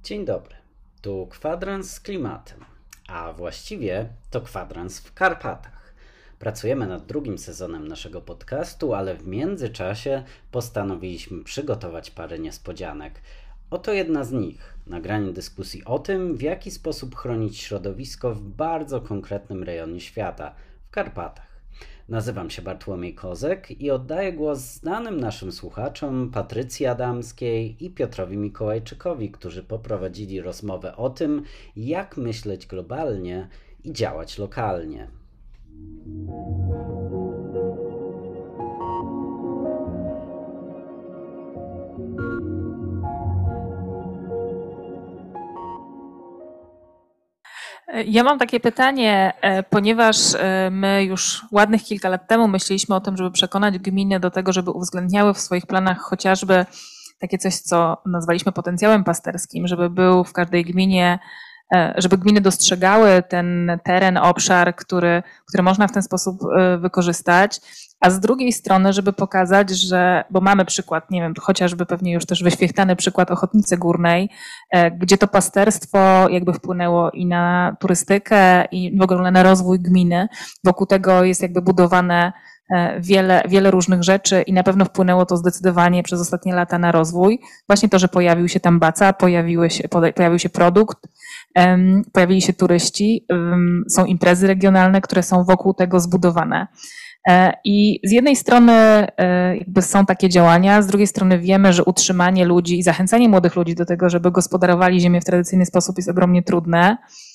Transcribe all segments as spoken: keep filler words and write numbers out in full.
Dzień dobry, tu kwadrans z klimatem, a właściwie to kwadrans w Karpatach. Pracujemy nad drugim sezonem naszego podcastu, ale w międzyczasie postanowiliśmy przygotować parę niespodzianek. Oto jedna z nich, nagranie dyskusji o tym, w jaki sposób chronić środowisko w bardzo konkretnym rejonie świata, w Karpatach. Nazywam się Bartłomiej Kozek i oddaję głos znanym naszym słuchaczom Patrycji Adamskiej i Piotrowi Mikołajczykowi, którzy poprowadzili rozmowę o tym, jak myśleć globalnie i działać lokalnie. Ja mam takie pytanie, ponieważ my już ładnych kilka lat temu myśleliśmy o tym, żeby przekonać gminy do tego, żeby uwzględniały w swoich planach chociażby takie coś, co nazwaliśmy potencjałem pasterskim, żeby był w każdej gminie, żeby gminy dostrzegały ten teren, obszar, który, który można w ten sposób wykorzystać, a z drugiej strony, żeby pokazać, że, bo mamy przykład, nie wiem, chociażby pewnie już też wyświechtany przykład Ochotnicy Górnej, gdzie to pasterstwo jakby wpłynęło i na turystykę, i w ogóle na rozwój gminy. Wokół tego jest jakby budowane wiele, wiele różnych rzeczy i na pewno wpłynęło to zdecydowanie przez ostatnie lata na rozwój. Właśnie to, że pojawił się tam baca, pojawiły się, pojawił się produkt, pojawili się turyści, są imprezy regionalne, które są wokół tego zbudowane. I z jednej strony jakby są takie działania, z drugiej strony wiemy, że utrzymanie ludzi i zachęcanie młodych ludzi do tego, żeby gospodarowali ziemię w tradycyjny sposób, jest ogromnie trudne.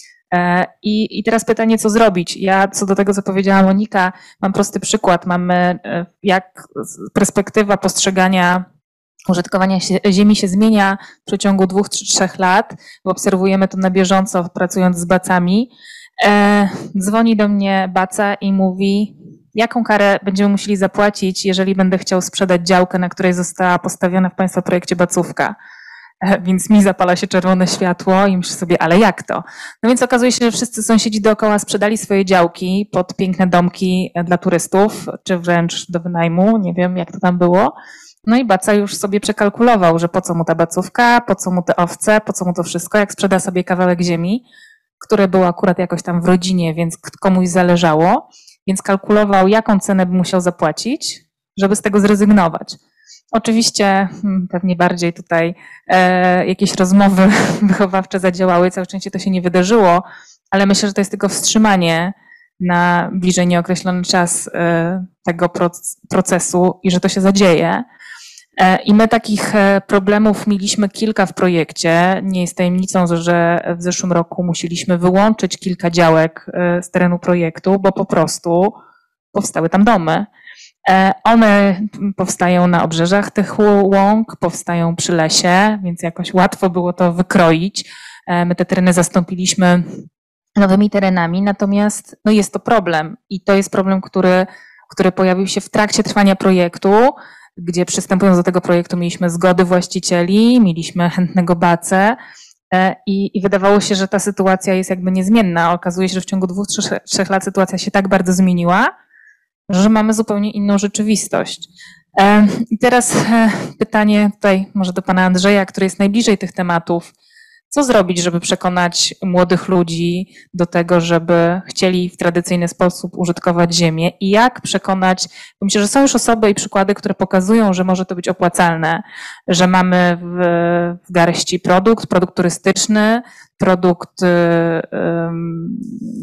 I, I teraz pytanie, co zrobić? Ja co do tego, co powiedziała Monika, mam prosty przykład. Mamy jak perspektywa postrzegania użytkowania się, ziemi się zmienia w przeciągu dwóch czy trzech lat, bo obserwujemy to na bieżąco, pracując z bacami. E, dzwoni do mnie baca i mówi, jaką karę będziemy musieli zapłacić, jeżeli będę chciał sprzedać działkę, na której została postawiona w Państwa projekcie bacówka. E, więc mi zapala się czerwone światło i myślę sobie, ale jak to? No więc okazuje się, że wszyscy sąsiedzi dookoła sprzedali swoje działki pod piękne domki dla turystów, czy wręcz do wynajmu, nie wiem jak to tam było. No i baca już sobie przekalkulował, że po co mu ta bacówka, po co mu te owce, po co mu to wszystko, jak sprzeda sobie kawałek ziemi, które było akurat jakoś tam w rodzinie, więc komuś zależało, więc kalkulował, jaką cenę by musiał zapłacić, żeby z tego zrezygnować. Oczywiście pewnie bardziej tutaj e, jakieś rozmowy wychowawcze zadziałały, całe szczęście to się nie wydarzyło, ale myślę, że to jest tylko wstrzymanie na bliżej nieokreślony czas e, tego procesu i że to się zadzieje. I my takich problemów mieliśmy kilka w projekcie. Nie jest tajemnicą, że w zeszłym roku musieliśmy wyłączyć kilka działek z terenu projektu, bo po prostu powstały tam domy. One powstają na obrzeżach tych łąk, powstają przy lesie, więc jakoś łatwo było to wykroić. My te tereny zastąpiliśmy nowymi terenami, natomiast no jest to problem i to jest problem, który, który pojawił się w trakcie trwania projektu, gdzie przystępując do tego projektu mieliśmy zgody właścicieli, mieliśmy chętnego bacę i, i wydawało się, że ta sytuacja jest jakby niezmienna. Okazuje się, że w ciągu dwóch, trzech, trzech lat sytuacja się tak bardzo zmieniła, że mamy zupełnie inną rzeczywistość. I teraz pytanie tutaj może do pana Andrzeja, który jest najbliżej tych tematów. Co zrobić, żeby przekonać młodych ludzi do tego, żeby chcieli w tradycyjny sposób użytkować ziemię i jak przekonać, bo myślę, że są już osoby i przykłady, które pokazują, że może to być opłacalne, że mamy w, w garści produkt, produkt turystyczny, produkt um,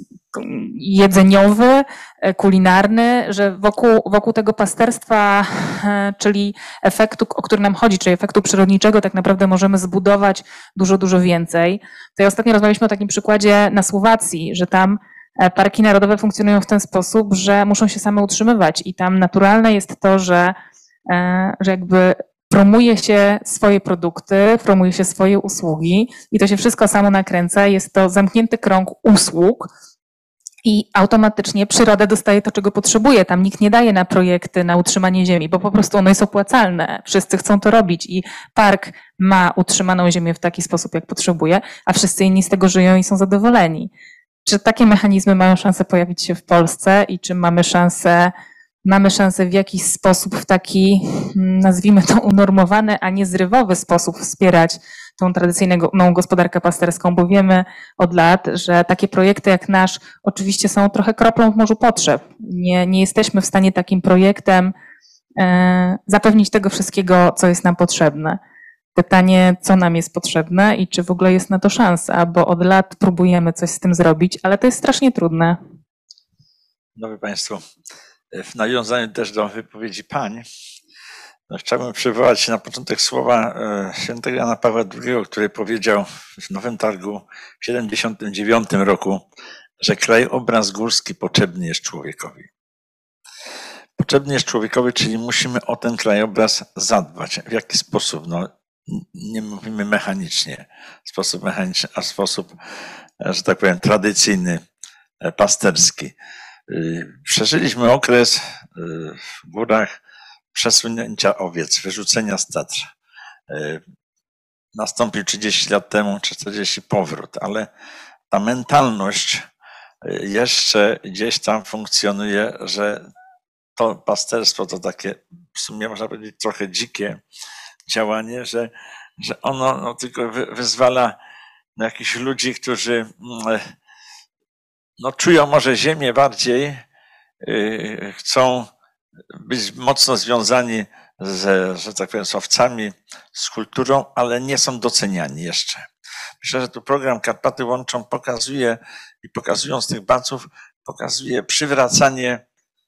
jedzeniowy, kulinarny, że wokół, wokół tego pasterstwa, czyli efektu, o który nam chodzi, czyli efektu przyrodniczego, tak naprawdę możemy zbudować dużo, dużo więcej. To ja ostatnio rozmawialiśmy o takim przykładzie na Słowacji, że tam parki narodowe funkcjonują w ten sposób, że muszą się same utrzymywać i tam naturalne jest to, że, że jakby promuje się swoje produkty, promuje się swoje usługi i to się wszystko samo nakręca. Jest to zamknięty krąg usług, i automatycznie przyroda dostaje to, czego potrzebuje. Tam nikt nie daje na projekty, na utrzymanie ziemi, bo po prostu ono jest opłacalne. Wszyscy chcą to robić i park ma utrzymaną ziemię w taki sposób, jak potrzebuje, a wszyscy inni z tego żyją i są zadowoleni. Czy takie mechanizmy mają szansę pojawić się w Polsce i czy mamy szansę mamy szansę w jakiś sposób, w taki, nazwijmy to, unormowany, a nie zrywowy sposób wspierać tą tradycyjną gospodarkę pasterską, bo wiemy od lat, że takie projekty jak nasz oczywiście są trochę kroplą w morzu potrzeb. Nie, nie jesteśmy w stanie takim projektem e, zapewnić tego wszystkiego, co jest nam potrzebne. Pytanie, co nam jest potrzebne i czy w ogóle jest na to szansa, bo od lat próbujemy coś z tym zrobić, ale to jest strasznie trudne. Dobry Państwo, w nawiązaniu też do wypowiedzi pań, no chciałbym przywołać na początek słowa świętego Jana Pawła drugiego, który powiedział w Nowym Targu w tysiąc dziewięćset siedemdziesiątym dziewiątym roku, że krajobraz górski potrzebny jest człowiekowi. Potrzebny jest człowiekowi, czyli musimy o ten krajobraz zadbać. W jaki sposób? No, nie mówimy mechanicznie, w sposób mechaniczny, a w sposób, że tak powiem, tradycyjny, pasterski. Przeżyliśmy okres w górach przesunięcia owiec, wyrzucenia z Tatr. Nastąpił trzydzieści lat temu, czterdzieści powrót, ale ta mentalność jeszcze gdzieś tam funkcjonuje, że to pasterstwo to takie, w sumie można powiedzieć, trochę dzikie działanie, że, że ono no, tylko wyzwala na jakichś ludzi, którzy no, czują może ziemię bardziej, yy, chcą być mocno związani z, że tak powiem, z owcami, z kulturą, ale nie są doceniani jeszcze. Myślę, że tu program Karpaty Łączą pokazuje i pokazując tych baców, pokazuje przywracanie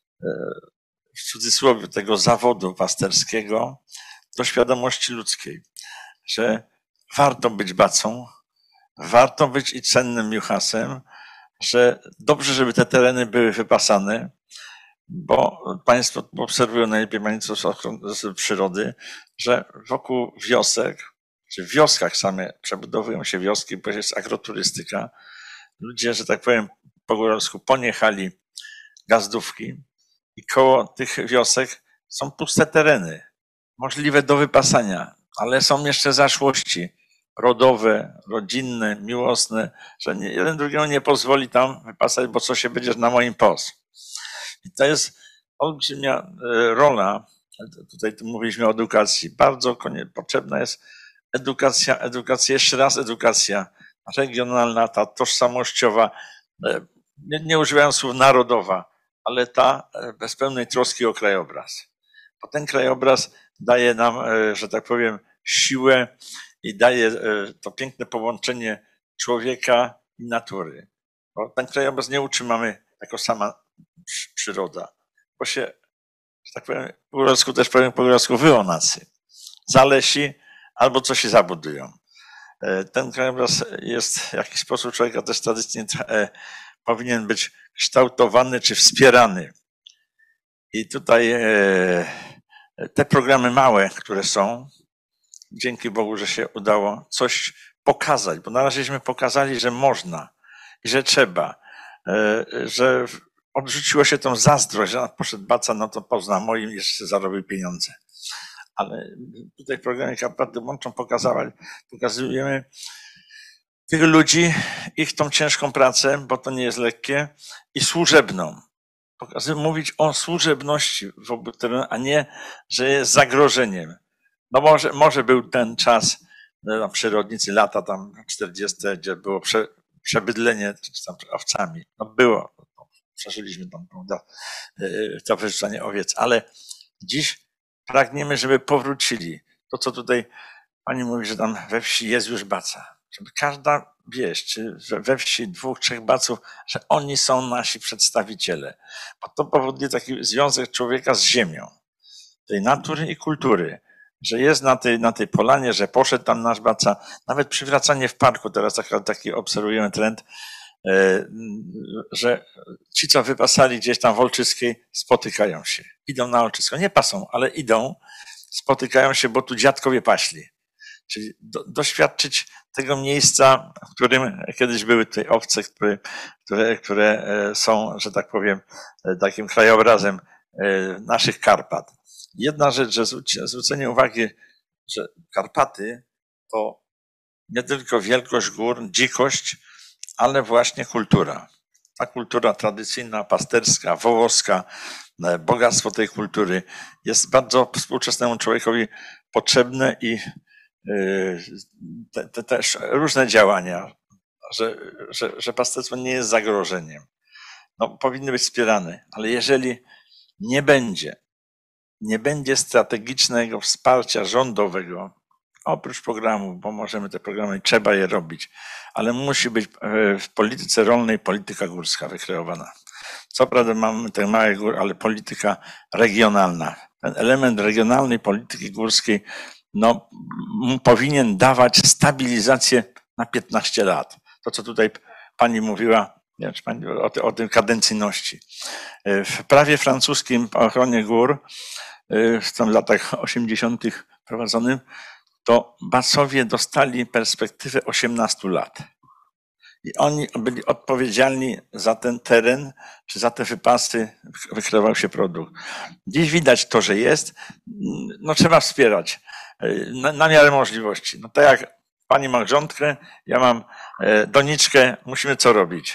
w cudzysłowie tego zawodu pasterskiego do świadomości ludzkiej, że warto być bacą, warto być i cennym juchasem, że dobrze, żeby te tereny były wypasane, bo Państwo obserwują najlepiej Państwo z przyrody, że wokół wiosek, czy w wioskach same przebudowują się wioski, bo jest agroturystyka. Ludzie, że tak powiem po góralsku, poniechali gazdówki i koło tych wiosek są puste tereny, możliwe do wypasania, ale są jeszcze zaszłości rodowe, rodzinne, miłosne, że nie, jeden drugiego nie pozwoli tam wypasać, bo co się będziesz na moim pos. I to jest olbrzymia rola, tutaj tu mówiliśmy o edukacji, bardzo potrzebna jest edukacja, edukacja, jeszcze raz edukacja regionalna, ta tożsamościowa, nie, nie używając słów narodowa, ale ta bez pełnej troski o krajobraz. Bo ten krajobraz daje nam, że tak powiem, siłę i daje to piękne połączenie człowieka i natury. Bo ten krajobraz nie utrzymamy jako sama przyroda, bo się, że tak powiem, po góralsku też powiem po góralsku, wyonacy, zalesi albo coś się zabudują. Ten krajobraz jest w jakiś sposób człowieka też tradycyjnie powinien być kształtowany czy wspierany. I tutaj te programy małe, które są, dzięki Bogu, że się udało coś pokazać, bo na raześmy pokazali, że można i że trzeba, że odrzuciło się tą zazdrość, że poszedł baca, no to pozna moim, jeszcze zarobił pieniądze. Ale tutaj w programie Karpaty Łączą pokazujemy tych ludzi, ich tą ciężką pracę, bo to nie jest lekkie, i służebną. Pokazujemy, mówić o służebności wobec terenu, a nie, że jest zagrożeniem. No może, może był ten czas, no, przyrodnicy, lata tam czterdzieste, gdzie było prze, przebydlenie czy tam owcami. No było, przeżyliśmy tam, prawda, to wyrzucanie owiec, ale dziś pragniemy, żeby powrócili. To, co tutaj pani mówi, że tam we wsi jest już baca. Żeby każda wieś, czy we wsi dwóch, trzech baców, że oni są nasi przedstawiciele. Bo to powoduje taki związek człowieka z ziemią, tej natury i kultury. Że jest na tej, na tej polanie, że poszedł tam nasz baca. Nawet przywracanie w parku, teraz taki, taki obserwujemy trend, że ci, co wypasali gdzieś tam w Olczyskiej, spotykają się. Idą na Olczyską. Nie pasą, ale idą, spotykają się, bo tu dziadkowie paśli. Czyli do, doświadczyć tego miejsca, w którym kiedyś były tutaj owce, które, które, które są, że tak powiem, takim krajobrazem naszych Karpat. Jedna rzecz, że zwrócenie uwagi, że Karpaty to nie tylko wielkość gór, dzikość, ale właśnie kultura. Ta kultura tradycyjna, pasterska, wołowska, bogactwo tej kultury jest bardzo współczesnemu człowiekowi potrzebne i te, te też różne działania, że, że, że pasterstwo nie jest zagrożeniem. No, powinny być wspierane, ale jeżeli nie będzie, nie będzie strategicznego wsparcia rządowego, oprócz programów, bo możemy te programy, trzeba je robić, ale musi być w polityce rolnej polityka górska wykreowana. Co prawda mamy te małe góry, ale polityka regionalna. Ten element regionalnej polityki górskiej no, powinien dawać stabilizację na piętnaście lat. To, co tutaj pani mówiła, nie wiem, czy pani o, o tym kadencyjności. W prawie francuskim o ochronie gór w tym latach osiemdziesiątych prowadzonym, to basowie dostali perspektywę osiemnastu lat. I oni byli odpowiedzialni za ten teren, czy za te wypasy, wykreował się produkt. Dziś widać to, że jest, no trzeba wspierać na, na miarę możliwości. No tak jak pani ma grządkę, ja mam doniczkę, musimy co robić?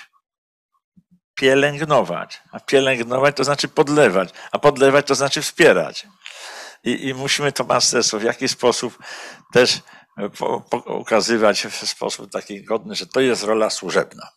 Pielęgnować. A pielęgnować to znaczy podlewać, a podlewać to znaczy wspierać. I, i musimy to pasterstwo w jakiś sposób też po, po, ukazywać w sposób taki godny, że to jest rola służebna.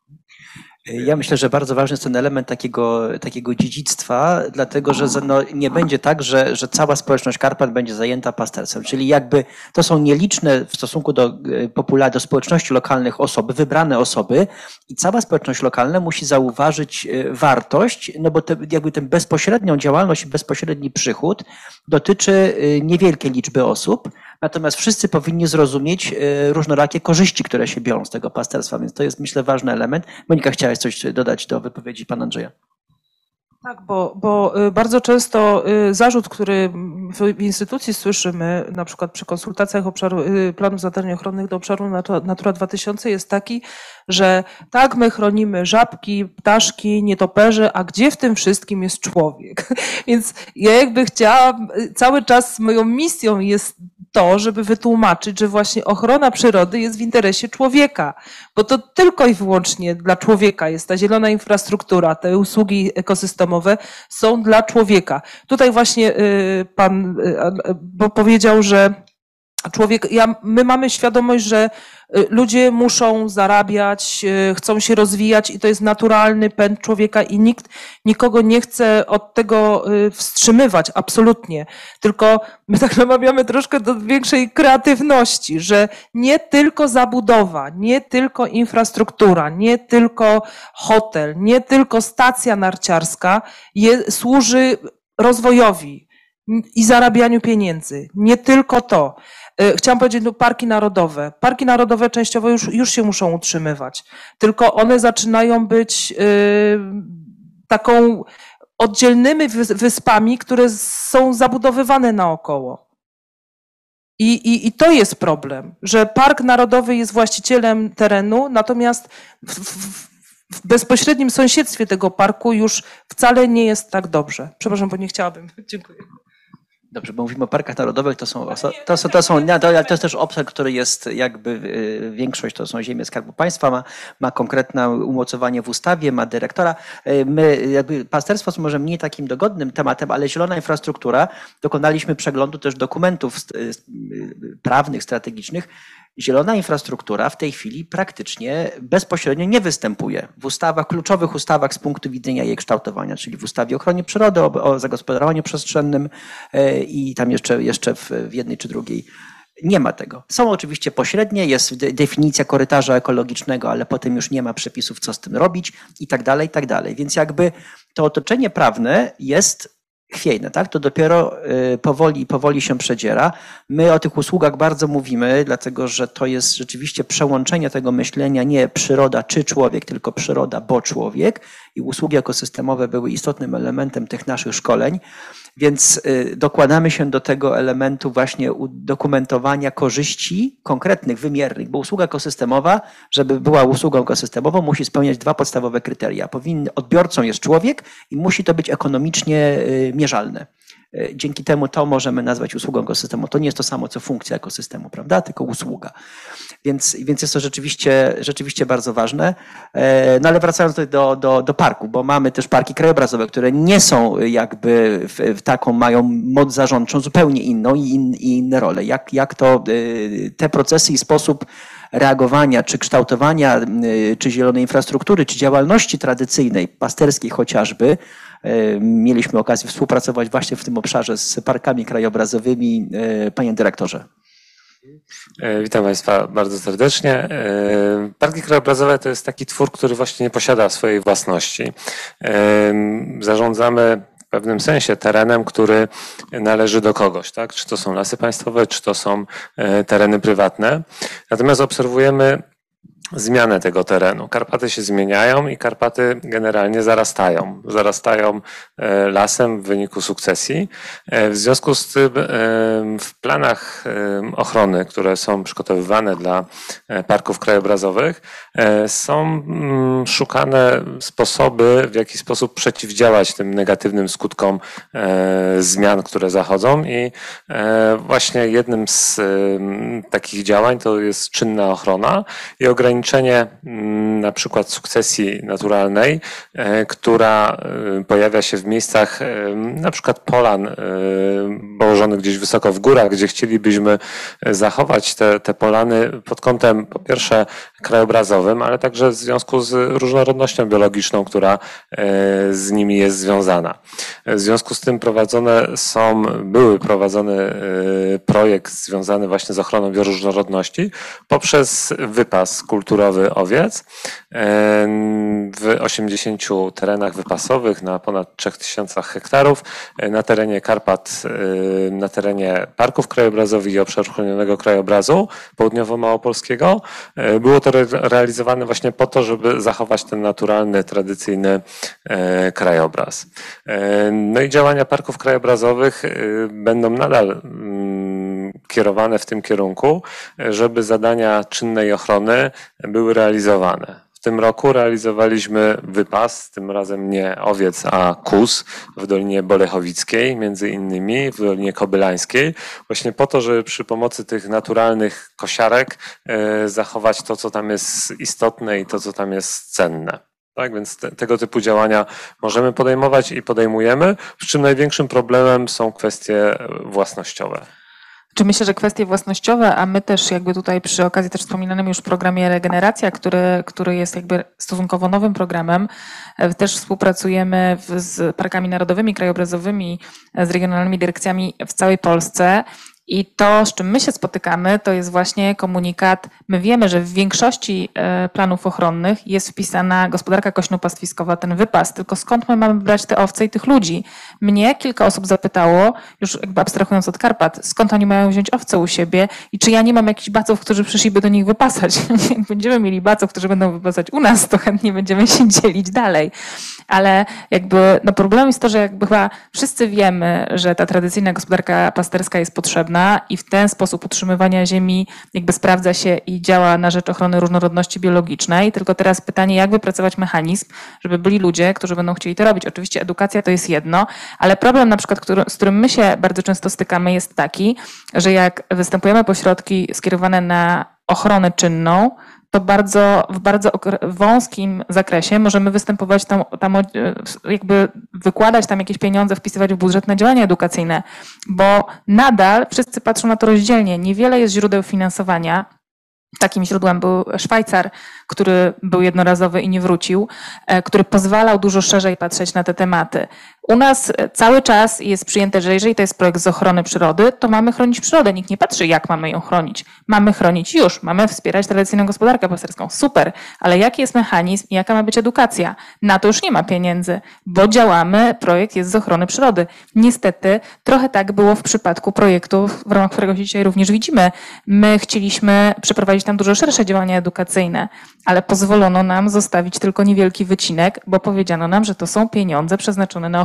Ja myślę, że bardzo ważny jest ten element takiego, takiego dziedzictwa, dlatego że no, nie będzie tak, że, że cała społeczność Karpat będzie zajęta pasterstwem. Czyli jakby to są nieliczne w stosunku do, do społeczności lokalnych osoby, wybrane osoby i cała społeczność lokalna musi zauważyć wartość, no bo te, jakby tę bezpośrednią działalność i bezpośredni przychód dotyczy niewielkiej liczby osób, natomiast wszyscy powinni zrozumieć różnorakie korzyści, które się biorą z tego pasterstwa, więc to jest, myślę, ważny element. Monika, chciałaś coś dodać do wypowiedzi pana Andrzeja? Tak, bo, bo bardzo często zarzut, który w instytucji słyszymy, na przykład przy konsultacjach obszaru, planów zadań ochronnych do obszaru Natura dwa tysiące jest taki, że tak, my chronimy żabki, ptaszki, nietoperze, a gdzie w tym wszystkim jest człowiek? Więc ja jakby chciałam, cały czas moją misją jest to, żeby wytłumaczyć, że właśnie ochrona przyrody jest w interesie człowieka, bo to tylko i wyłącznie dla człowieka jest ta zielona infrastruktura, te usługi ekosystemowe są dla człowieka. Tutaj właśnie pan bo powiedział, że człowiek, ja, my mamy świadomość, że ludzie muszą zarabiać, chcą się rozwijać i to jest naturalny pęd człowieka i nikt nikogo nie chce od tego wstrzymywać, absolutnie. Tylko my tak namawiamy troszkę do większej kreatywności, że nie tylko zabudowa, nie tylko infrastruktura, nie tylko hotel, nie tylko stacja narciarska je, służy rozwojowi i zarabianiu pieniędzy. Nie tylko to. Chciałam powiedzieć, no parki narodowe. Parki narodowe częściowo już, już się muszą utrzymywać, tylko one zaczynają być yy, taką oddzielnymi wyspami, które są zabudowywane naokoło. I, i, I to jest problem, że park narodowy jest właścicielem terenu, natomiast w, w, w bezpośrednim sąsiedztwie tego parku już wcale nie jest tak dobrze. Przepraszam, bo nie chciałabym. Dziękuję. Dobrze, bo mówimy o parkach narodowych, to są, to są, to są, to jest też obszar, który jest jakby większość to są ziemie Skarbu Państwa, ma, ma konkretne umocowanie w ustawie, ma dyrektora. My jakby pasterstwo jest może mniej takim dogodnym tematem, ale zielona infrastruktura, dokonaliśmy przeglądu też dokumentów prawnych, strategicznych. Zielona infrastruktura w tej chwili praktycznie bezpośrednio nie występuje w ustawach, kluczowych ustawach z punktu widzenia jej kształtowania, czyli w ustawie o ochronie przyrody, o, o zagospodarowaniu przestrzennym i tam jeszcze, jeszcze w, w jednej czy drugiej. Nie ma tego. Są oczywiście pośrednie, jest definicja korytarza ekologicznego, ale potem już nie ma przepisów, co z tym robić i tak dalej, i tak dalej. Więc jakby to otoczenie prawne jest chwiejne, tak? To dopiero powoli, powoli się przedziera. My o tych usługach bardzo mówimy, dlatego że to jest rzeczywiście przełączenie tego myślenia nie przyroda czy człowiek, tylko przyroda, bo człowiek i usługi ekosystemowe były istotnym elementem tych naszych szkoleń, więc dokładamy się do tego elementu właśnie udokumentowania korzyści konkretnych, wymiernych, bo usługa ekosystemowa, żeby była usługą ekosystemową, musi spełniać dwa podstawowe kryteria. Powinny, odbiorcą jest człowiek i musi to być ekonomicznie mierzalne. Dzięki temu to możemy nazwać usługą ekosystemu. To nie jest to samo, co funkcja ekosystemu, prawda? Tylko usługa. Więc, więc jest to rzeczywiście, rzeczywiście bardzo ważne. No ale wracając tutaj do, do, do parku, bo mamy też parki krajobrazowe, które nie są jakby w, w taką, mają moc zarządczą zupełnie inną i, in, i inne role. Jak, jak to te procesy i sposób reagowania, czy kształtowania, czy zielonej infrastruktury, czy działalności tradycyjnej, pasterskiej chociażby, mieliśmy okazję współpracować właśnie w tym obszarze z parkami krajobrazowymi. Panie dyrektorze. Witam Państwa bardzo serdecznie. Parki krajobrazowe to jest taki twór, który właśnie nie posiada swojej własności. Zarządzamy w pewnym sensie terenem, który należy do kogoś, tak? Czy to są lasy państwowe, czy to są tereny prywatne. Natomiast obserwujemy zmianę tego terenu. Karpaty się zmieniają i Karpaty generalnie zarastają. Zarastają lasem w wyniku sukcesji. W związku z tym w planach ochrony, które są przygotowywane dla parków krajobrazowych, są szukane sposoby, w jaki sposób przeciwdziałać tym negatywnym skutkom zmian, które zachodzą i właśnie jednym z takich działań to jest czynna ochrona i ograniczenie na przykład sukcesji naturalnej, która pojawia się w miejscach na przykład polan położonych gdzieś wysoko w górach, gdzie chcielibyśmy zachować te, te polany pod kątem po pierwsze krajobrazowym, ale także w związku z różnorodnością biologiczną, która z nimi jest związana. W związku z tym prowadzone są, były prowadzony projekt związany właśnie z ochroną bioróżnorodności poprzez wypas kulturowy owiec w osiemdziesięciu terenach wypasowych na ponad trzech tysiącach hektarów na terenie Karpat, na terenie parków krajobrazowych i obszaru chronionego krajobrazu południowo-małopolskiego. Było to realizowane właśnie po to, żeby zachować ten naturalny, tradycyjny krajobraz. No i działania parków krajobrazowych będą nadal kierowane w tym kierunku, żeby zadania czynnej ochrony były realizowane. W tym roku realizowaliśmy wypas, tym razem nie owiec, a kóz w Dolinie Bolechowickiej, między innymi w Dolinie Kobylańskiej, właśnie po to, żeby przy pomocy tych naturalnych kosiarek zachować to, co tam jest istotne i to, co tam jest cenne. Tak, więc te, tego typu działania możemy podejmować i podejmujemy, przy czym największym problemem są kwestie własnościowe. Czy myślę, że kwestie własnościowe, a my też jakby tutaj przy okazji też wspominanym już programie Regeneracja, który, który jest jakby stosunkowo nowym programem, też współpracujemy w, z parkami narodowymi, krajobrazowymi, z regionalnymi dyrekcjami w całej Polsce. I to, z czym my się spotykamy, to jest właśnie komunikat. My wiemy, że w większości planów ochronnych jest wpisana gospodarka kośno-pastwiskowa, ten wypas, tylko skąd my mamy brać te owce i tych ludzi? Mnie kilka osób zapytało, już jakby abstrahując od Karpat, skąd oni mają wziąć owce u siebie i czy ja nie mam jakichś baców, którzy przyszliby do nich wypasać. Jak będziemy mieli baców, którzy będą wypasać u nas, to chętnie będziemy się dzielić dalej. Ale jakby no problem jest to, że jakby chyba wszyscy wiemy, że ta tradycyjna gospodarka pasterska jest potrzebna i w ten sposób utrzymywania ziemi jakby sprawdza się i działa na rzecz ochrony różnorodności biologicznej. Tylko teraz pytanie, jak wypracować mechanizm, żeby byli ludzie, którzy będą chcieli to robić. Oczywiście edukacja to jest jedno, ale problem na przykład, który, z którym my się bardzo często stykamy jest taki, że jak występujemy po środki skierowane na ochronę czynną, to bardzo, w bardzo wąskim zakresie możemy występować tam, tam, jakby wykładać tam jakieś pieniądze, wpisywać w budżet na działania edukacyjne, bo nadal wszyscy patrzą na to rozdzielnie. Niewiele jest źródeł finansowania. Takim źródłem był Szwajcar, który był jednorazowy i nie wrócił, który pozwalał dużo szerzej patrzeć na te tematy. U nas cały czas jest przyjęte, że jeżeli to jest projekt z ochrony przyrody, to mamy chronić przyrodę. Nikt nie patrzy, jak mamy ją chronić. Mamy chronić już, mamy wspierać tradycyjną gospodarkę pasterską. Super, ale jaki jest mechanizm i jaka ma być edukacja? Na to już nie ma pieniędzy, bo działamy, projekt jest z ochrony przyrody. Niestety trochę tak było w przypadku projektu, w ramach którego się dzisiaj również widzimy. My chcieliśmy przeprowadzić tam dużo szersze działania edukacyjne, ale pozwolono nam zostawić tylko niewielki wycinek, bo powiedziano nam, że to są pieniądze przeznaczone na ochronę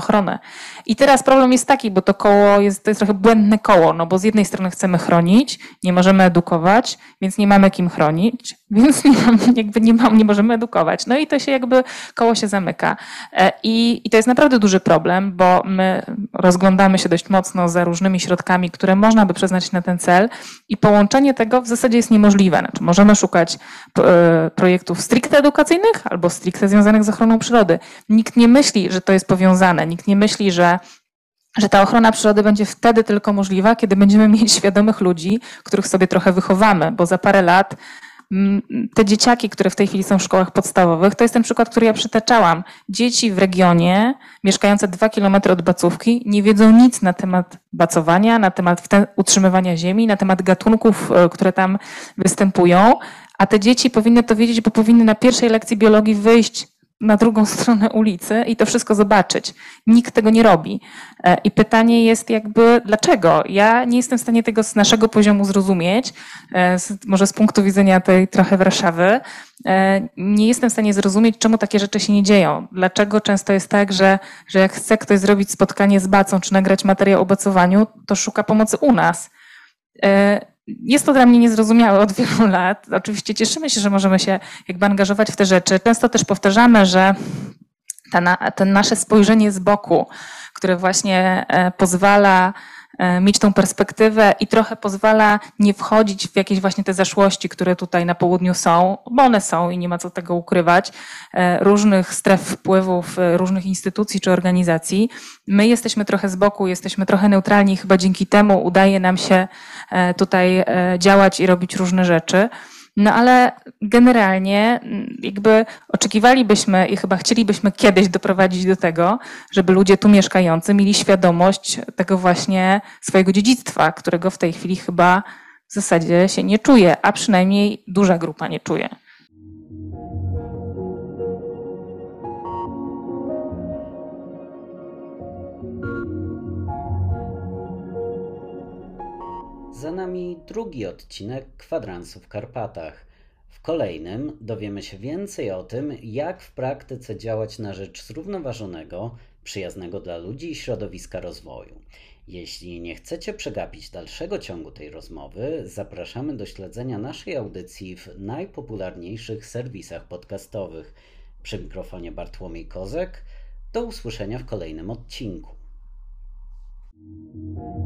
ochronę. I teraz problem jest taki, bo to koło jest, to jest trochę błędne koło, no bo z jednej strony chcemy chronić, nie możemy edukować, więc nie mamy kim chronić, więc nie, mam, jakby nie, mam, nie możemy edukować. No i to się jakby, koło się zamyka. I, i to jest naprawdę duży problem, bo my rozglądamy się dość mocno za różnymi środkami, które można by przeznaczyć na ten cel i połączenie tego w zasadzie jest niemożliwe. Znaczy możemy szukać projektów stricte edukacyjnych albo stricte związanych z ochroną przyrody. Nikt nie myśli, że to jest powiązane. Nikt nie myśli, że, że ta ochrona przyrody będzie wtedy tylko możliwa, kiedy będziemy mieć świadomych ludzi, których sobie trochę wychowamy, bo za parę lat te dzieciaki, które w tej chwili są w szkołach podstawowych, to jest ten przykład, który ja przytaczałam. Dzieci w regionie, mieszkające dwa kilometry od bacówki, nie wiedzą nic na temat bacowania, na temat utrzymywania ziemi, na temat gatunków, które tam występują, a te dzieci powinny to wiedzieć, bo powinny na pierwszej lekcji biologii wyjść na drugą stronę ulicy i to wszystko zobaczyć. Nikt tego nie robi. I pytanie jest jakby dlaczego? Ja nie jestem w stanie tego z naszego poziomu zrozumieć, może z punktu widzenia tej trochę Warszawy. Nie jestem w stanie zrozumieć, czemu takie rzeczy się nie dzieją. Dlaczego często jest tak, że, że jak chce ktoś zrobić spotkanie z bacą czy nagrać materiał o bacowaniu, to szuka pomocy u nas. Jest to dla mnie niezrozumiałe od wielu lat. Oczywiście cieszymy się, że możemy się jakby angażować w te rzeczy. Często też powtarzamy, że ta na, to nasze spojrzenie z boku, które właśnie pozwala mieć tą perspektywę i trochę pozwala nie wchodzić w jakieś właśnie te zaszłości, które tutaj na południu są, bo one są i nie ma co tego ukrywać, różnych stref wpływów, różnych instytucji czy organizacji. My jesteśmy trochę z boku, jesteśmy trochę neutralni i chyba dzięki temu udaje nam się tutaj działać i robić różne rzeczy. No ale generalnie jakby oczekiwalibyśmy i chyba chcielibyśmy kiedyś doprowadzić do tego, żeby ludzie tu mieszkający mieli świadomość tego właśnie swojego dziedzictwa, którego w tej chwili chyba w zasadzie się nie czuje, a przynajmniej duża grupa nie czuje. Za nami drugi odcinek Kwadransu w Karpatach. W kolejnym dowiemy się więcej o tym, jak w praktyce działać na rzecz zrównoważonego, przyjaznego dla ludzi i środowiska rozwoju. Jeśli nie chcecie przegapić dalszego ciągu tej rozmowy, zapraszamy do śledzenia naszej audycji w najpopularniejszych serwisach podcastowych. Przy mikrofonie Bartłomiej Kozek. Do usłyszenia w kolejnym odcinku.